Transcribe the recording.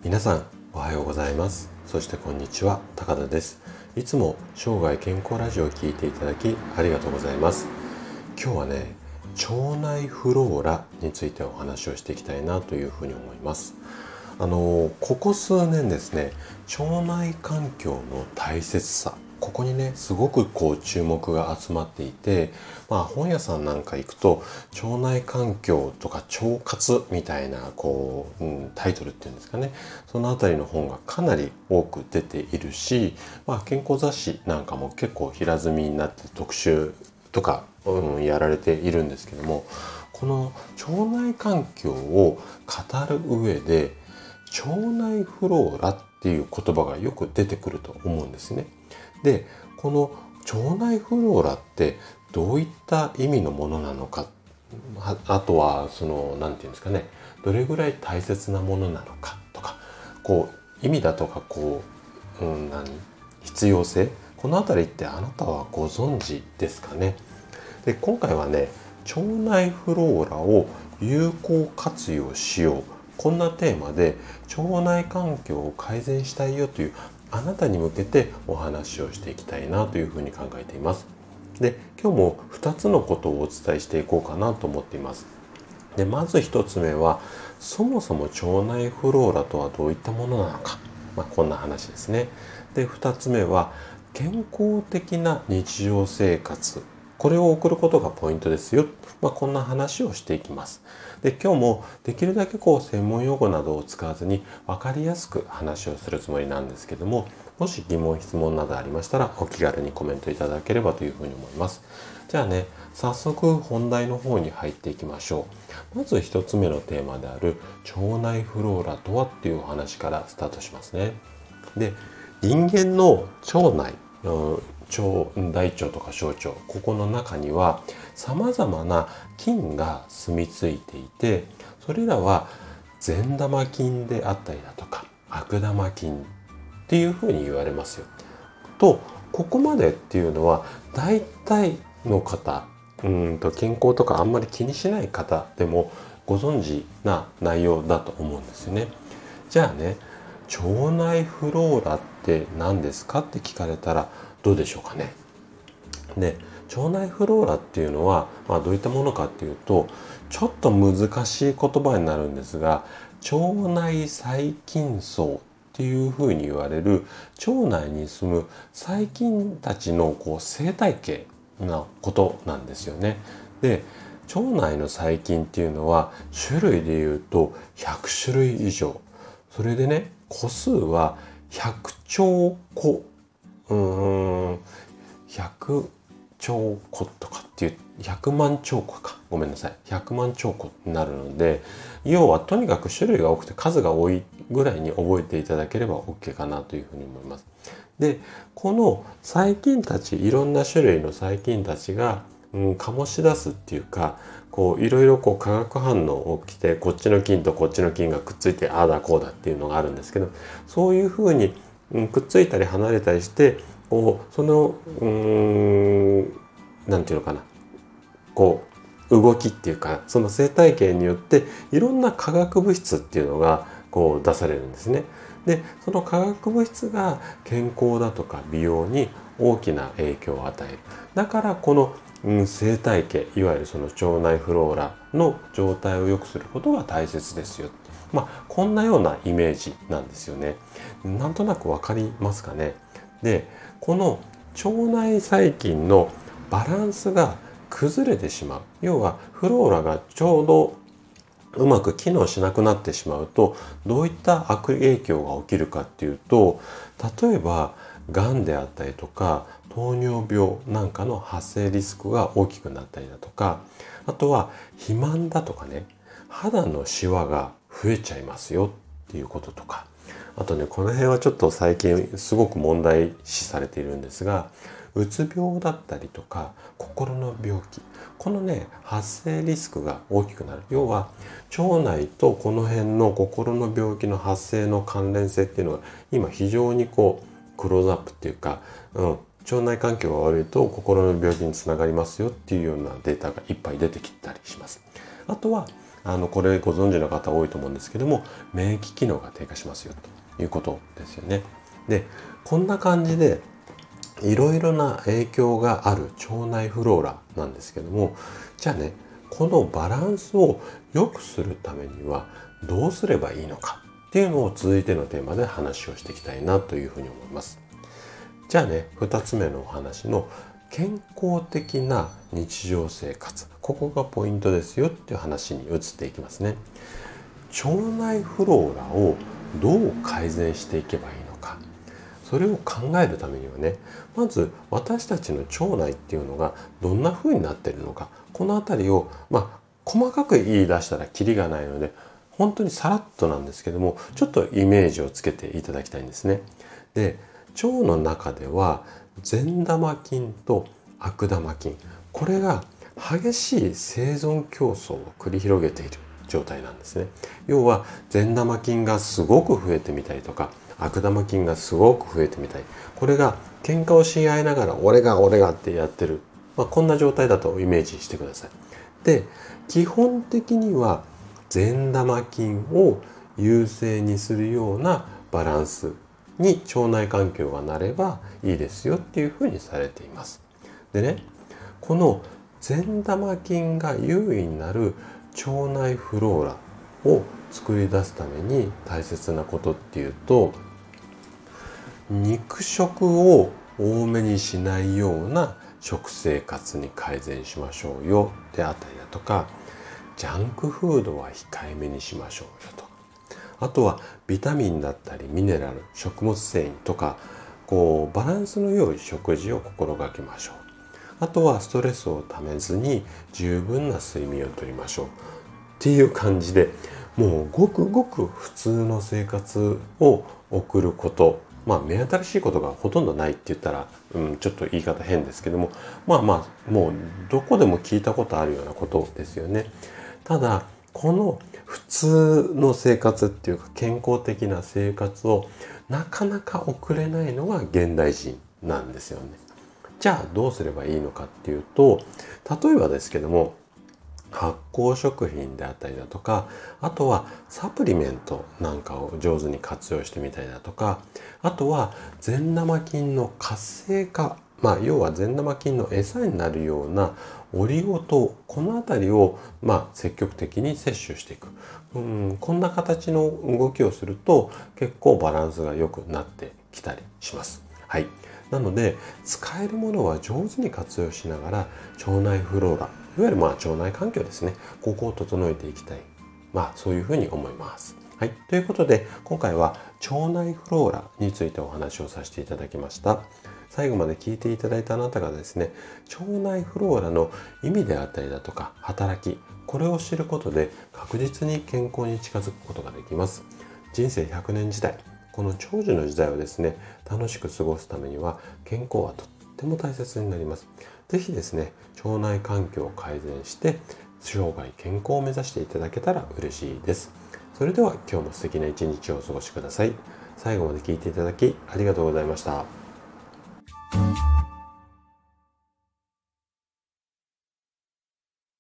皆さんおはようございます。そしてこんにちは、高田です。いつも生涯健康ラジオを聞いていただきありがとうございます。今日はね、腸内フローラについてお話をしていきたいなというふうに思います。ここ数年ですね、腸内環境の大切さ、ここにねすごく注目が集まっていて、本屋さんなんか行くと腸内環境とか腸活みたいなタイトルっていうんですかね、そのあたりの本がかなり多く出ているし、健康雑誌なんかも結構平積みになって特集とか、やられているんですけども、この腸内環境を語る上で腸内フローラっていう言葉がよく出てくると思うんですね。で、この腸内フローラってどういった意味のものなのか、あとはなんていうんですかね、どれぐらい大切なものなのかとか、意味だとか必要性、このあたりってあなたはご存知ですかね。で、今回はね、腸内フローラを有効活用しよう、こんなテーマで腸内環境を改善したいよというあなたに向けてお話をしていきたいなというふうに考えています。で、今日も2つのことをお伝えしていこうかなと思っています。で、まず1つ目は、そもそも腸内フローラとはどういったものなのか、こんな話ですね。で、2つ目は、健康的な日常生活、これを送ることがポイントですよ。こんな話をしていきます。で、今日もできるだけ専門用語などを使わずに分かりやすく話をするつもりなんですけども、もし疑問質問などありましたらお気軽にコメントいただければというふうに思います。じゃあね、早速本題の方に入っていきましょう。まず一つ目のテーマである腸内フローラとはっていうお話からスタートしますね。で、人間の腸内、大腸とか小腸、ここの中には様々な菌が住み着いていて、それらは善玉菌であったりだとか悪玉菌っていうふうに言われますよ。と、ここまでっていうのは大体の方、健康とかあんまり気にしない方でもご存知な内容だと思うんですよね。じゃあね、腸内フローラって何ですかって聞かれたらどうでしょうかね。で、腸内フローラっていうのは、どういったものかっていうと、ちょっと難しい言葉になるんですが、腸内細菌層っていうふうに言われる腸内に住む細菌たちの生態系なことなんですよね。で、腸内の細菌っていうのは種類でいうと100種類以上。それでね、個数は100兆個、100兆個とかっていう、100万兆個か。ごめんなさい。100万兆個になるので、要はとにかく種類が多くて数が多いぐらいに覚えていただければ OK かなというふうに思います。で、この細菌たち、いろんな種類の細菌たちが、醸し出すっていうか、いろいろ化学反応起きて、こっちの菌とこっちの菌がくっついて、ああだこうだっていうのがあるんですけど、そういうふうにくっついたり離れたりして、そのなんていうのかな、動きっていうか、その生態系によっていろんな化学物質っていうのが出されるんですね。で、その化学物質が健康だとか美容に大きな影響を与える。だからこの生態系、いわゆるその腸内フローラの状態を良くすることが大切ですよ。こんなようなイメージなんですよね。なんとなくわかりますかね。で、この腸内細菌のバランスが崩れてしまう。要はフローラがちょうどうまく機能しなくなってしまうと、どういった悪影響が起きるかっていうと、例えばがんであったりとか糖尿病なんかの発生リスクが大きくなったりだとか、あとは肥満だとかね、肌のシワが増えちゃいますよっていうこととか、あとね、この辺はちょっと最近すごく問題視されているんですが、うつ病だったりとか心の病気、このね発生リスクが大きくなる。要は腸内とこの辺の心の病気の発生の関連性っていうのが今非常にクローズアップっていうか、腸内環境が悪いと心の病気につながりますよっていうようなデータがいっぱい出てきたりします。あとはこれご存知の方多いと思うんですけども、免疫機能が低下しますよということですよね。で、こんな感じでいろいろな影響がある腸内フローラなんですけども、じゃあね、このバランスを良くするためにはどうすればいいのかっていうのを続いてのテーマで話をしていきたいなというふうに思います。じゃあね、2つ目のお話の健康的な日常生活、ここがポイントですよっていう話に移っていきますね。腸内フローラをどう改善していけばいいのか、それを考えるためにはね、まず私たちの腸内っていうのがどんな風になっているのか、このあたりを細かく言い出したらキリがないので、本当にさらっとなんですけども、ちょっとイメージをつけていただきたいんですね。で、腸の中では善玉菌と悪玉菌、これが激しい生存競争を繰り広げている状態なんですね。要は善玉菌がすごく増えてみたりとか、悪玉菌がすごく増えてみたり、これが喧嘩をし合いながら俺がってやってる、こんな状態だとイメージしてください。で、基本的には善玉菌を優勢にするようなバランスに腸内環境がなればいいですよっていうふうにされています。でね、この善玉菌が優位になる腸内フローラを作り出すために大切なことっていうと、肉食を多めにしないような食生活に改善しましょうよであったりだとか、ジャンクフードは控えめにしましょうよと、あとはビタミンだったりミネラル、食物繊維とか、バランスの良い食事を心がけましょう。あとはストレスをためずに十分な睡眠をとりましょうっていう感じで、もうごくごく普通の生活を送ること、目新しいことがほとんどないって言ったら、ちょっと言い方変ですけども、もうどこでも聞いたことあるようなことですよね。ただこの普通の生活っていうか、健康的な生活をなかなか送れないのが現代人なんですよね。じゃあどうすればいいのかっていうと、例えばですけども、発酵食品であったりだとか、あとはサプリメントなんかを上手に活用してみたりだとか、あとは善玉菌の活性化、要は善玉菌の餌になるようなオリゴ糖、このあたりを積極的に摂取していく、こんな形の動きをすると結構バランスが良くなってきたりします。はい。なので使えるものは上手に活用しながら腸内フローラ、いわゆる腸内環境ですね、ここを整えていきたい、そういうふうに思います。はい。ということで今回は腸内フローラについてお話をさせていただきました。最後まで聞いていただいたあなたがですね、腸内フローラの意味であったりだとか働き、これを知ることで確実に健康に近づくことができます。人生100年時代、この長寿の時代をですね、楽しく過ごすためには健康はとっても大切になります。ぜひですね、腸内環境を改善して生涯健康を目指していただけたら嬉しいです。それでは今日も素敵な一日をお過ごしください。最後まで聞いていただきありがとうございました。